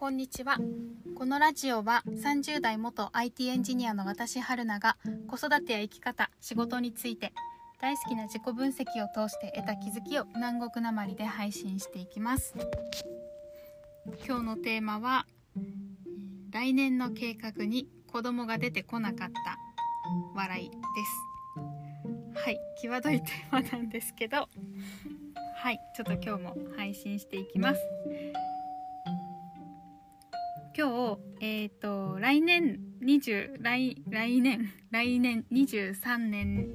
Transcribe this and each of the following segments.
こんにちは。このラジオは30代元 IT エンジニアの私春菜が子育てや生き方、仕事について大好きな自己分析を通して得た気づきを南国なまりで配信していきます。今日のテーマは来年の計画に子供が出てこなかった笑いです。はい、際どいテーマなんですけど、はい、ちょっと今日も配信していきます。今日、来年23年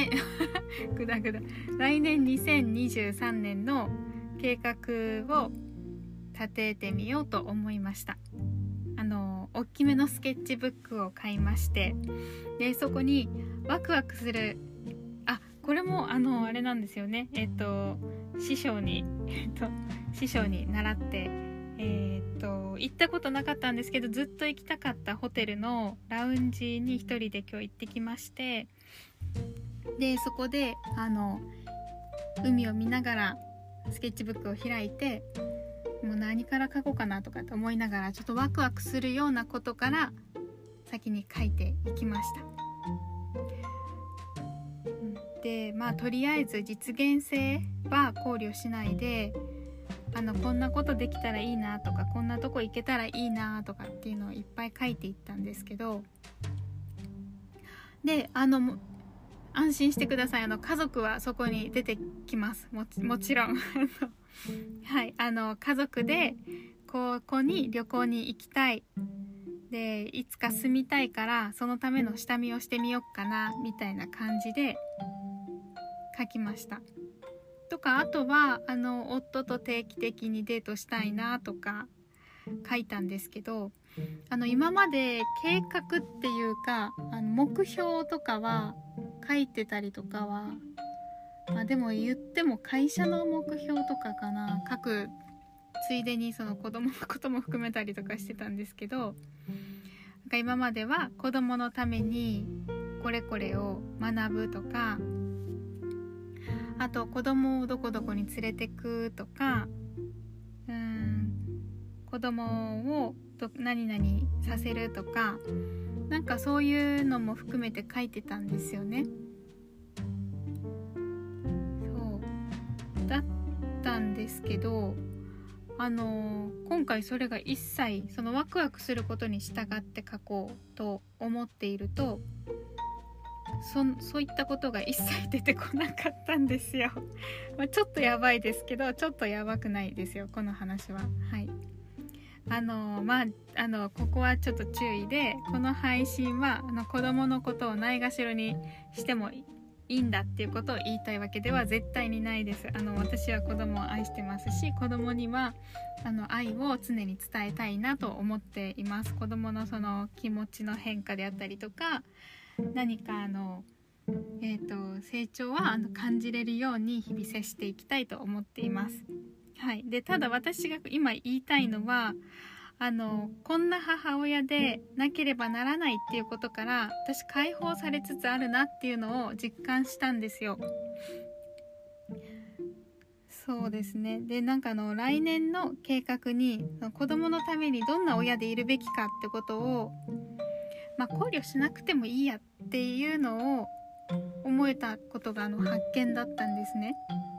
来年2023年の計画を立ててみようと思いました。大きめのスケッチブックを買いまして、でそこにワクワクするこれもあれなんですよね。師匠に習って行ったことなかったんですけど、ずっと行きたかったホテルのラウンジに一人で今日行ってきまして、でそこで海を見ながらスケッチブックを開いて、もう何から書こうかなとかって思いながら、ちょっとワクワクするようなことから先に書いていきました。でとりあえず実現性は考慮しないで、こんなことできたらいいなとか、こんなとこ行けたらいいなとかっていうのをいっぱい書いていったんですけど、で安心してください。家族はそこに出てきます。もちろんはい、家族でここに旅行に行きたい、でいつか住みたいからそのための下見をしてみようかなみたいな感じで書きましたとか、あとは夫と定期的にデートしたいなとか書いたんですけど、今まで計画っていうか目標とかは書いてたりとかは、でも言っても会社の目標とかかな、書くついでにその子供のことも含めたりとかしてたんですけど、今までは子供のためにこれこれを学ぶとか、あと子供をどこどこに連れてくとか、子供を何々させるとか、なんかそういうのも含めて書いてたんですよね。そうだったんですけど、今回それが一切そのワクワクすることに従って書こうと思っていると、そういったことが一切出てこなかったんですよちょっとやばいですけど、ちょっとやばくないですよこの話は。はい、ここはちょっと注意で、この配信は子供のことをないがしろにしてもいいんだっていうことを言いたいわけでは絶対にないです。私は子供を愛してますし、子供には愛を常に伝えたいなと思っています。子供のその気持ちの変化であったりとか、何か成長は感じれるように日々接していきたいと思っています。はい、でただ私が今言いたいのは、こんな母親でなければならないっていうことから私解放されつつあるなっていうのを実感したんですよ。そうですね。で来年の計画に子供のためにどんな親でいるべきかってことを、考慮しなくてもいいやっていうのを思えたことが発見だったんですね。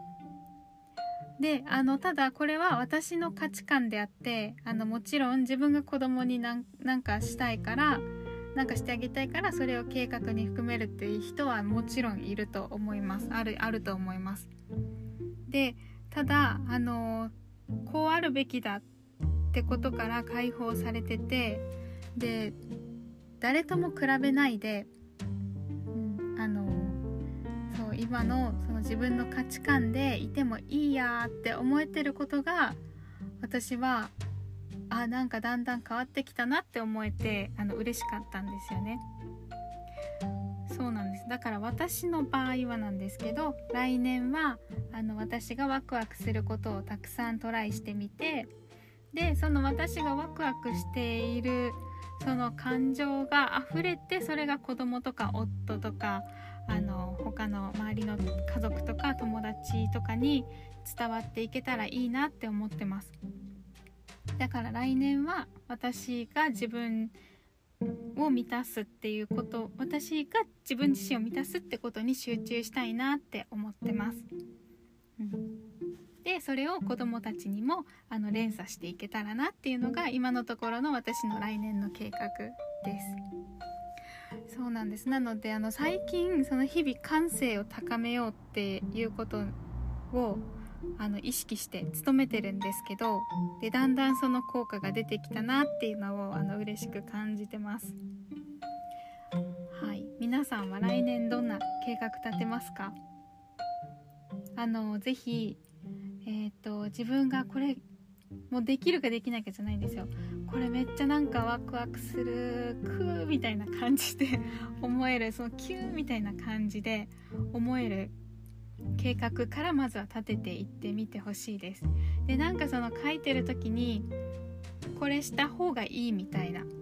でただこれは私の価値観であって、もちろん自分が子供になんかしたいから、なんかしてあげたいからそれを計画に含めるっていう人はもちろんいると思います。あると思います。でただこうあるべきだってことから解放されてて、で誰とも比べないで、そう今のその自分の価値観でいてもいいやって思えてることが、私はなんかだんだん変わってきたなって思えて嬉しかったんですよね。そうなんです。だから私の場合はなんですけど、来年は私がワクワクすることをたくさんトライしてみて、でその私がワクワクしているその感情が溢れて、それが子供とか夫とか他の周りの家族とか友達とかに伝わっていけたらいいなって思ってます。 だから来年は私が自分を満たすっていうこと、私が自分自身を満たすってことに集中したいなって思ってます、でそれを子どもたちにも連鎖していけたらなっていうのが今のところの私の来年の計画です。そうなんです。なので最近その日々感性を高めようっていうことを意識して努めてるんですけど、でだんだんその効果が出てきたなっていうのを嬉しく感じてます。はい、皆さんは来年どんな計画立てますか？ぜひ自分がこれもうできるかできないかじゃないんですよ。これめっちゃなんかワクワクするクーみたいな感じで思える、そのキューみたいな感じで思える計画からまずは立てていってみてほしいです。でなんかその書いてる時にこれした方がいいみたいな、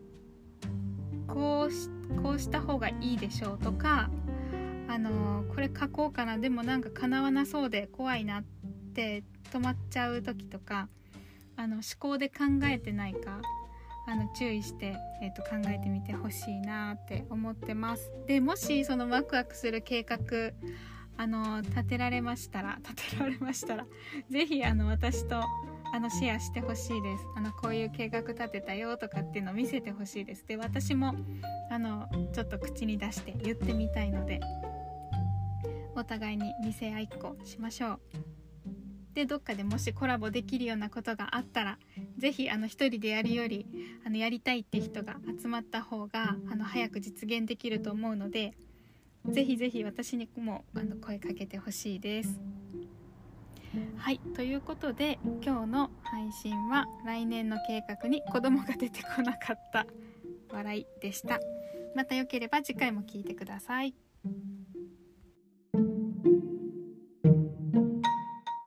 こうした方がいいでしょうとか、これ書こうかな、でもなんか叶わなそうで怖いなって止まっちゃう時とか、思考で考えてないか注意して、考えてみてほしいなって思ってます。でもしそのワクワクする計画立てられましたらぜひ私とシェアしてほしいです。こういう計画立てたよとかっていうのを見せてほしいです。で私もちょっと口に出して言ってみたいので、お互いに見せ合いっこしましょう。でどっかでもしコラボできるようなことがあったら、ぜひ一人でやるよりやりたいって人が集まった方が早く実現できると思うので、ぜひぜひ私にも声かけてほしいです。はい、ということで今日の配信は来年の計画に子供が出てこなかった笑いでした。またよければ次回も聞いてください。